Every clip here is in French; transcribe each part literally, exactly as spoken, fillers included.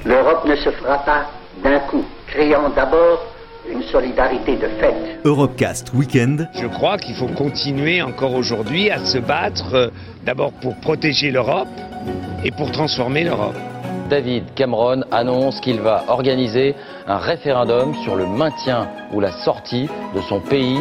L'Europe ne se fera pas d'un coup, créant d'abord une solidarité de fait. Europecast Weekend. Je crois qu'il faut continuer encore aujourd'hui à se battre, euh, d'abord pour protéger l'Europe et pour transformer l'Europe. David Cameron annonce qu'il va organiser un référendum sur le maintien ou la sortie de son pays.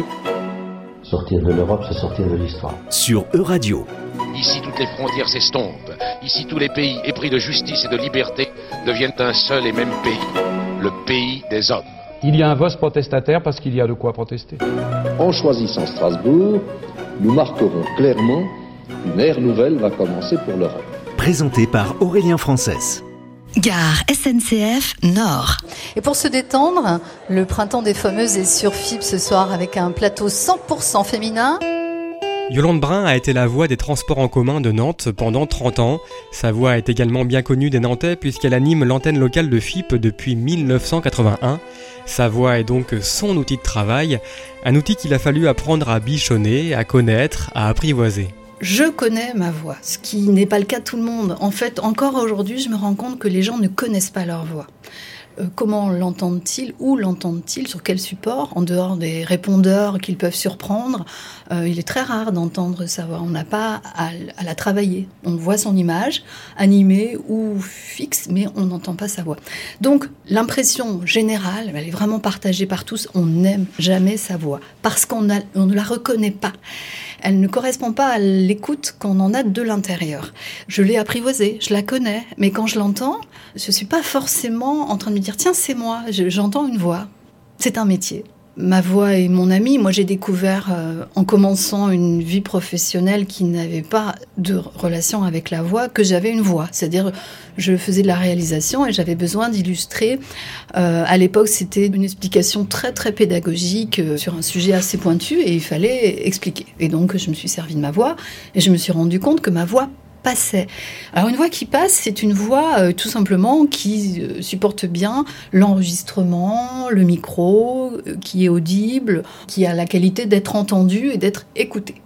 Sortir de l'Europe, c'est sortir de l'histoire. Sur Euradio. Ici, toutes les frontières s'estompent. Ici, tous les pays épris de justice et de liberté deviennent un seul et même pays, le pays des hommes. Il y a un vote protestataire parce qu'il y a de quoi protester. En choisissant Strasbourg, nous marquerons clairement qu'une ère nouvelle va commencer pour l'Europe. Présenté par Aurélien Frances. Gare S N C F Nord. Et pour se détendre, le printemps des fameuses est sur F I P ce soir avec un plateau cent pour cent féminin. Yolande Brun a été la voix des transports en commun de Nantes pendant trente ans. Sa voix est également bien connue des Nantais puisqu'elle anime l'antenne locale de F I P depuis mille neuf cent quatre-vingt-un. Sa voix est donc son outil de travail, un outil qu'il a fallu apprendre à bichonner, à connaître, à apprivoiser. Je connais ma voix, ce qui n'est pas le cas de tout le monde. En fait, encore aujourd'hui, je me rends compte que les gens ne connaissent pas leur voix. Euh, comment l'entendent-ils? Où l'entendent-ils? Sur quel support? En dehors des répondeurs qu'ils peuvent surprendre, euh, il est très rare d'entendre sa voix. On n'a pas à, à la travailler. On voit son image, animée ou fixe, mais on n'entend pas sa voix. Donc, l'impression générale, elle est vraiment partagée par tous, on n'aime jamais sa voix, parce qu'on a, on ne la reconnaît pas. Elle ne correspond pas à l'écoute qu'on en a de l'intérieur. Je l'ai apprivoisée, je la connais, mais quand je l'entends, je ne suis pas forcément en train de me dire « tiens, c'est moi, je, j'entends une voix ». C'est un métier. Ma voix est mon amie. Moi, j'ai découvert, euh, en commençant une vie professionnelle qui n'avait pas de relation avec la voix, que j'avais une voix. C'est-à-dire, je faisais de la réalisation et j'avais besoin d'illustrer. Euh, à l'époque, c'était une explication très, très pédagogique euh, sur un sujet assez pointu et il fallait expliquer. Et donc, je me suis servi de ma voix et je me suis rendu compte que ma voix passait. Alors une voix qui passe, c'est une voix euh, tout simplement qui euh, supporte bien l'enregistrement, le micro, euh, qui est audible, qui a la qualité d'être entendue et d'être écoutée.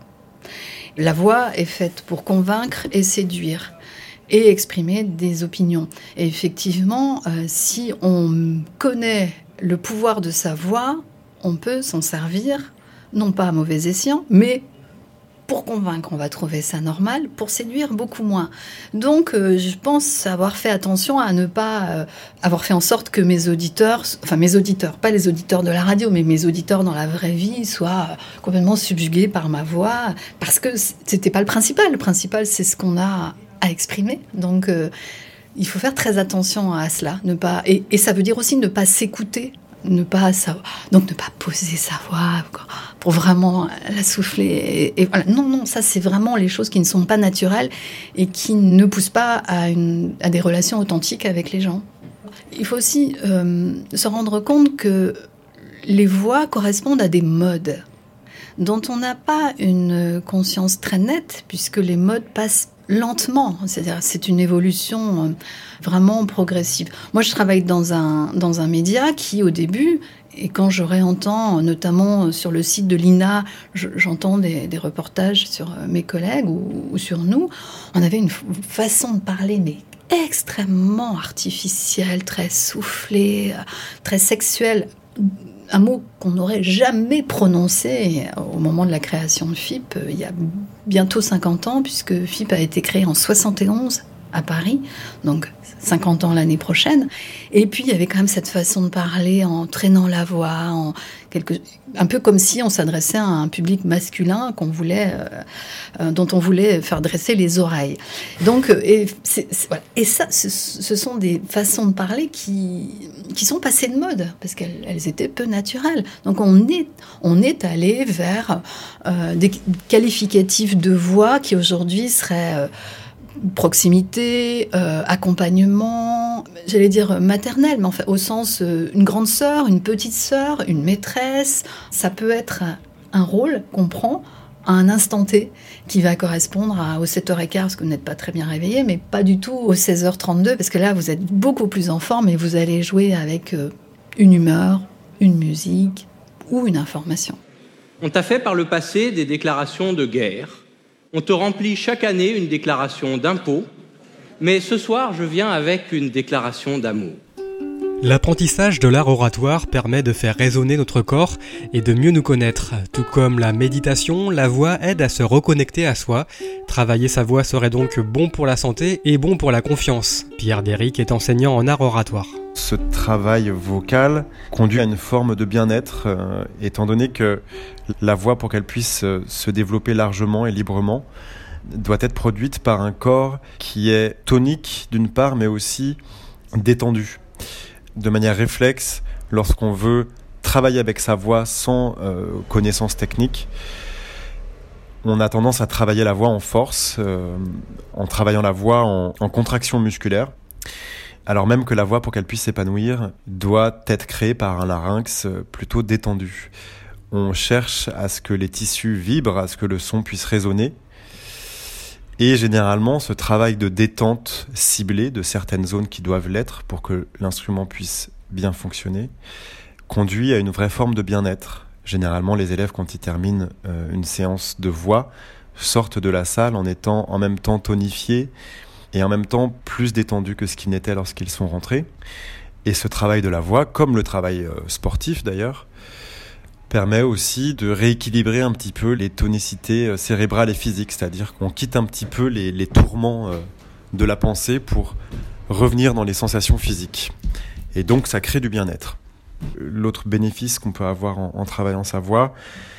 La voix est faite pour convaincre et séduire et exprimer des opinions. Et effectivement, euh, si on connaît le pouvoir de sa voix, on peut s'en servir, non pas à mauvais escient, mais pour convaincre, on va trouver ça normal. Pour séduire, beaucoup moins. Donc, euh, je pense avoir fait attention à ne pas euh, avoir fait en sorte que mes auditeurs, enfin mes auditeurs, pas les auditeurs de la radio, mais mes auditeurs dans la vraie vie soient euh, complètement subjugués par ma voix, parce que c'était pas le principal. Le principal, c'est ce qu'on a à exprimer. Donc, euh, il faut faire très attention à cela. Ne pas, et, et ça veut dire aussi ne pas s'écouter. Ne pas savoir, donc ne pas poser sa voix pour vraiment la souffler. Et, et voilà. Non, non, ça c'est vraiment les choses qui ne sont pas naturelles et qui ne poussent pas à, une, à des relations authentiques avec les gens. Il faut aussi euh, se rendre compte que les voix correspondent à des modes dont on n'a pas une conscience très nette puisque les modes passent lentement, c'est-à-dire c'est une évolution vraiment progressive. Moi, je travaille dans un, dans un média qui, au début, et quand je réentends, notamment sur le site de l'I N A, je, j'entends des, des reportages sur mes collègues ou, ou sur nous, on avait une façon de parler, mais extrêmement artificielle, très soufflée, très sexuelle. Un mot qu'on n'aurait jamais prononcé au moment de la création de F I P, il y a bientôt cinquante ans, puisque F I P a été créé en soixante et onze à Paris, donc cinquante ans l'année prochaine. Et puis, il y avait quand même cette façon de parler en traînant la voix, en quelque... un peu comme si on s'adressait à un public masculin qu'on voulait, euh, dont on voulait faire dresser les oreilles. Donc, et, c'est, c'est, voilà. Et ça, ce, ce sont des façons de parler qui, qui sont passées de mode, parce qu'elles elles étaient peu naturelles. Donc, on est, on est allé vers euh, des qualificatifs de voix qui aujourd'hui seraient... Euh, proximité, euh, accompagnement, j'allais dire maternel, mais en fait, au sens euh, une grande sœur, une petite sœur, une maîtresse. Ça peut être un rôle qu'on prend à un instant T qui va correspondre à, aux sept heures quinze, parce que vous n'êtes pas très bien réveillé, mais pas du tout aux seize heures trente-deux, parce que là, vous êtes beaucoup plus en forme et vous allez jouer avec euh, une humeur, une musique ou une information. On t'a fait par le passé des déclarations de guerre. On te remplit chaque année une déclaration d'impôt Mais ce soir, je viens avec une déclaration d'amour. L'apprentissage de l'art oratoire permet de faire résonner notre corps et de mieux nous connaître. Tout comme la méditation, la voix aide à se reconnecter à soi. Travailler sa voix serait donc bon pour la santé et bon pour la confiance. Pierre Déric est enseignant en art oratoire. Ce travail vocal conduit à une forme de bien-être, euh, étant donné que la voix, pour qu'elle puisse euh, se développer largement et librement, doit être produite par un corps qui est tonique d'une part, mais aussi détendu. De manière réflexe, lorsqu'on veut travailler avec sa voix sans euh, connaissance technique, on a tendance à travailler la voix en force, euh, en travaillant la voix en, en contraction musculaire, alors même que la voix, pour qu'elle puisse s'épanouir, doit être créée par un larynx plutôt détendu. On cherche à ce que les tissus vibrent, à ce que le son puisse résonner. Et généralement, ce travail de détente ciblée de certaines zones qui doivent l'être pour que l'instrument puisse bien fonctionner, conduit à une vraie forme de bien-être. Généralement, les élèves, quand ils terminent euh, une séance de voix, sortent de la salle en étant en même temps tonifiés et en même temps plus détendus que ce qu'ils n'étaient lorsqu'ils sont rentrés. Et ce travail de la voix, comme le travail euh, sportif d'ailleurs, permet aussi de rééquilibrer un petit peu les tonicités cérébrales et physiques, c'est-à-dire qu'on quitte un petit peu les, les tourments de la pensée pour revenir dans les sensations physiques. Et donc ça crée du bien-être. L'autre bénéfice qu'on peut avoir en, en travaillant sa voix,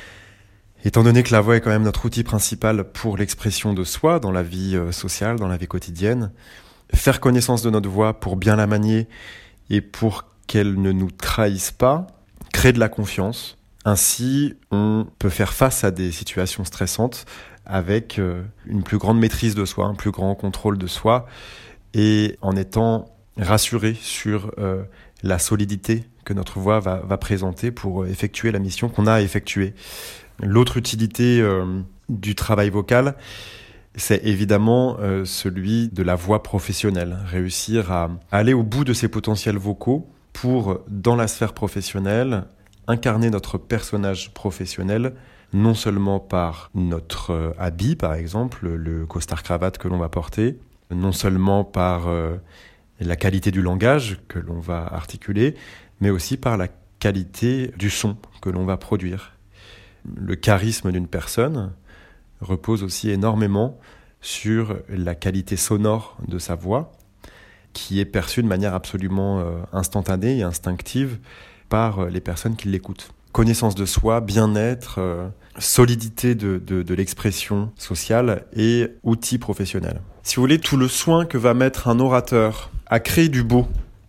étant donné que la voix est quand même notre outil principal pour l'expression de soi dans la vie sociale, dans la vie quotidienne, faire connaissance de notre voix pour bien la manier et pour qu'elle ne nous trahisse pas, crée de la confiance. Ainsi, on peut faire face à des situations stressantes avec euh, une plus grande maîtrise de soi, un plus grand contrôle de soi et en étant rassuré sur euh, la solidité que notre voix va, va présenter pour effectuer la mission qu'on a à effectuer. L'autre utilité euh, du travail vocal, c'est évidemment euh, celui de la voix professionnelle. Réussir à aller au bout de ses potentiels vocaux pour, dans la sphère professionnelle, incarner notre personnage professionnel, non seulement par notre euh, habit, par exemple, le costard-cravate que l'on va porter, non seulement par euh, la qualité du langage que l'on va articuler, mais aussi par la qualité du son que l'on va produire. Le charisme d'une personne repose aussi énormément sur la qualité sonore de sa voix, qui est perçue de manière absolument euh, instantanée et instinctive par les personnes qui l'écoutent. Connaissance de soi, bien-être, euh, solidité de, de, de l'expression sociale et outils professionnels. Si vous voulez, tout le soin que va mettre un orateur à créer du beau,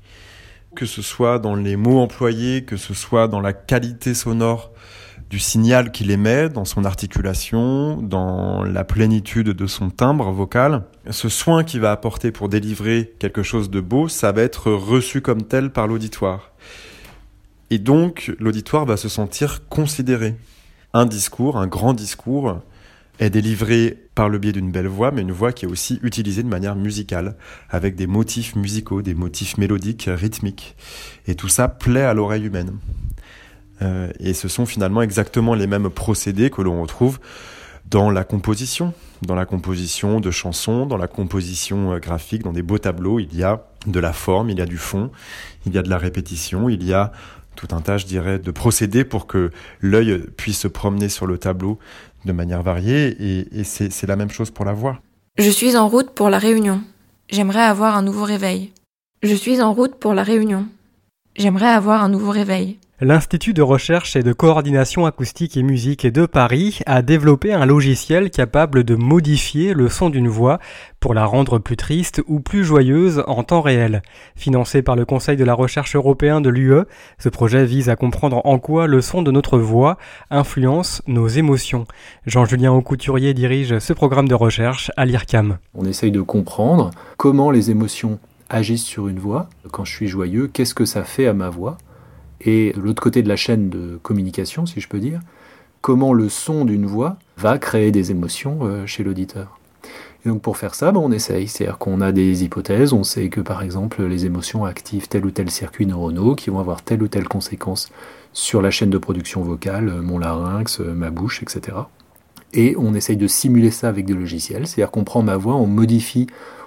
que ce soit dans les mots employés, que ce soit dans la qualité sonore du signal qu'il émet, dans son articulation, dans la plénitude de son timbre vocal, ce soin qu'il va apporter pour délivrer quelque chose de beau, ça va être reçu comme tel par l'auditoire. Et donc, l'auditoire va se sentir considéré. Un discours, un grand discours, est délivré par le biais d'une belle voix, mais une voix qui est aussi utilisée de manière musicale, avec des motifs musicaux, des motifs mélodiques, rythmiques. Et tout ça plaît à l'oreille humaine. Euh, et ce sont finalement exactement les mêmes procédés que l'on retrouve dans la composition, dans la composition de chansons, dans la composition graphique, dans des beaux tableaux. Il y a de la forme, il y a du fond, il y a de la répétition, il y a tout un tas, je dirais, de procédés pour que l'œil puisse se promener sur le tableau de manière variée, et, et c'est, c'est la même chose pour la voix. Je suis en route pour la Réunion. J'aimerais avoir un nouveau réveil. Je suis en route pour la Réunion. J'aimerais avoir un nouveau réveil. L'Institut de recherche et de coordination acoustique et musique de Paris a développé un logiciel capable de modifier le son d'une voix pour la rendre plus triste ou plus joyeuse en temps réel. Financé par le Conseil de la recherche européen de l'U E, ce projet vise à comprendre en quoi le son de notre voix influence nos émotions. Jean-Julien Aucouturier dirige ce programme de recherche à l'I R C A M. On essaye de comprendre comment les émotions agissent sur une voix. Quand je suis joyeux, qu'est-ce que ça fait à ma voix ? Et de l'autre côté de la chaîne de communication, si je peux dire, comment le son d'une voix va créer des émotions chez l'auditeur. Et donc pour faire ça, ben on essaye, c'est-à-dire qu'on a des hypothèses, on sait que par exemple les émotions activent tel ou tel circuit neuronaux qui vont avoir telle ou telle conséquence sur la chaîne de production vocale, mon larynx, ma bouche, et cetera. Et on essaye de simuler ça avec des logiciels, c'est-à-dire qu'on prend ma voix, on modifie,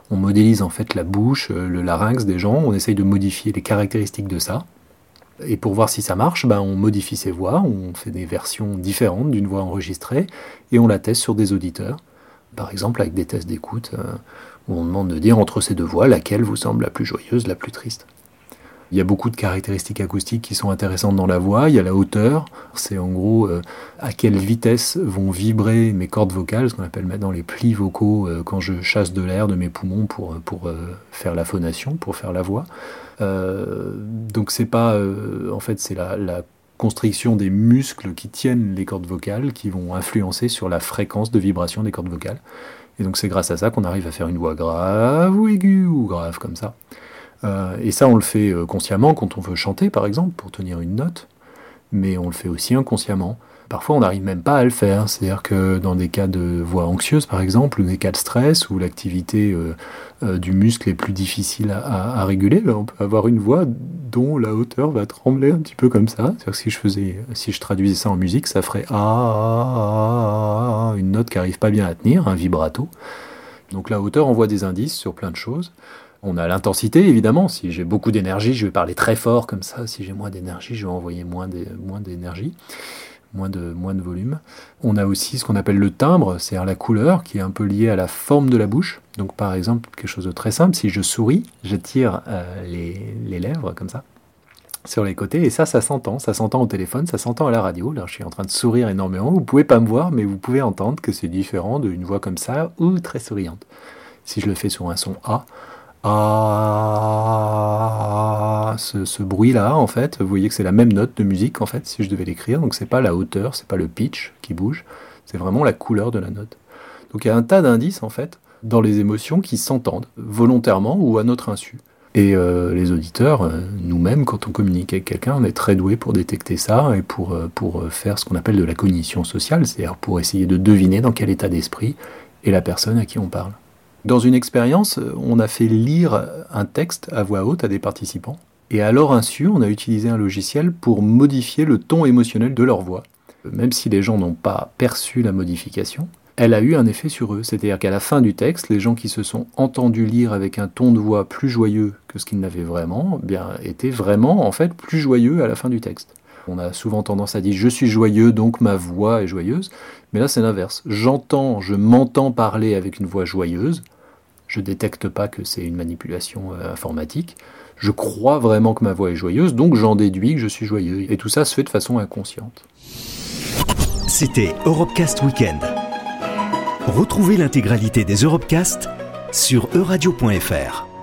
On modélise en fait la bouche, le larynx des gens, on essaye de modifier les caractéristiques de ça. Et pour voir si ça marche, ben on modifie ses voix, on fait des versions différentes d'une voix enregistrée et on la teste sur des auditeurs. Par exemple avec des tests d'écoute euh, où on demande de dire entre ces deux voix laquelle vous semble la plus joyeuse, la plus triste. Il y a beaucoup de caractéristiques acoustiques qui sont intéressantes dans la voix. Il y a la hauteur, c'est en gros euh, à quelle vitesse vont vibrer mes cordes vocales, ce qu'on appelle maintenant les plis vocaux, euh, quand je chasse de l'air de mes poumons pour, pour euh, faire la phonation, pour faire la voix. Euh, donc c'est pas, euh, en fait c'est la, la constriction des muscles qui tiennent les cordes vocales qui vont influencer sur la fréquence de vibration des cordes vocales. Et donc c'est grâce à ça qu'on arrive à faire une voix grave ou aiguë ou grave comme ça. Euh, et ça on le fait euh, consciemment quand on veut chanter par exemple pour tenir une note, mais on le fait aussi inconsciemment. Parfois on n'arrive même pas à le faire, c'est-à-dire que dans des cas de voix anxieuse par exemple, ou des cas de stress où l'activité euh, euh, du muscle est plus difficile à, à, à réguler, là, on peut avoir une voix dont la hauteur va trembler un petit peu comme ça. C'est-à-dire que si je faisais, si je traduisais ça en musique, ça ferait ah, ah, ah, ah, une note qui n'arrive pas bien à tenir, un vibrato. Donc la hauteur envoie des indices sur plein de choses. On a l'intensité, évidemment. Si j'ai beaucoup d'énergie, je vais parler très fort comme ça. Si j'ai moins d'énergie, je vais envoyer moins, de, moins d'énergie. Moins de, moins de volume. On a aussi ce qu'on appelle le timbre, c'est-à-dire la couleur, qui est un peu liée à la forme de la bouche. Donc par exemple, quelque chose de très simple, si je souris, j'attire euh, les, les lèvres comme ça, sur les côtés, et ça, ça s'entend. Ça s'entend au téléphone, ça s'entend à la radio. Là, je suis en train de sourire énormément. Vous pouvez pas me voir, mais vous pouvez entendre que c'est différent d'une voix comme ça, ou très souriante. Si je le fais sur un son A, Ah, ce, ce bruit-là, en fait, vous voyez que c'est la même note de musique, en fait, si je devais l'écrire. Donc c'est pas la hauteur, c'est pas le pitch qui bouge, c'est vraiment la couleur de la note. Donc il y a un tas d'indices, en fait, dans les émotions qui s'entendent, volontairement ou à notre insu. Et euh, les auditeurs, euh, nous-mêmes, quand on communique avec quelqu'un, on est très doués pour détecter ça et pour, euh, pour faire ce qu'on appelle de la cognition sociale, c'est-à-dire pour essayer de deviner dans quel état d'esprit est la personne à qui on parle. Dans une expérience, on a fait lire un texte à voix haute à des participants. Et à leur insu, on a utilisé un logiciel pour modifier le ton émotionnel de leur voix. Même si les gens n'ont pas perçu la modification, elle a eu un effet sur eux. C'est-à-dire qu'à la fin du texte, les gens qui se sont entendus lire avec un ton de voix plus joyeux que ce qu'ils n'avaient vraiment, eh bien, étaient vraiment en fait plus joyeux à la fin du texte. On a souvent tendance à dire « je suis joyeux, donc ma voix est joyeuse ». Mais là, c'est l'inverse. J'entends, je m'entends parler avec une voix joyeuse. Je ne détecte pas que c'est une manipulation euh, informatique. Je crois vraiment que ma voix est joyeuse, donc j'en déduis que je suis joyeux. Et tout ça se fait de façon inconsciente. C'était Europecast Weekend. Retrouvez l'intégralité des Europecast sur euradio point f r.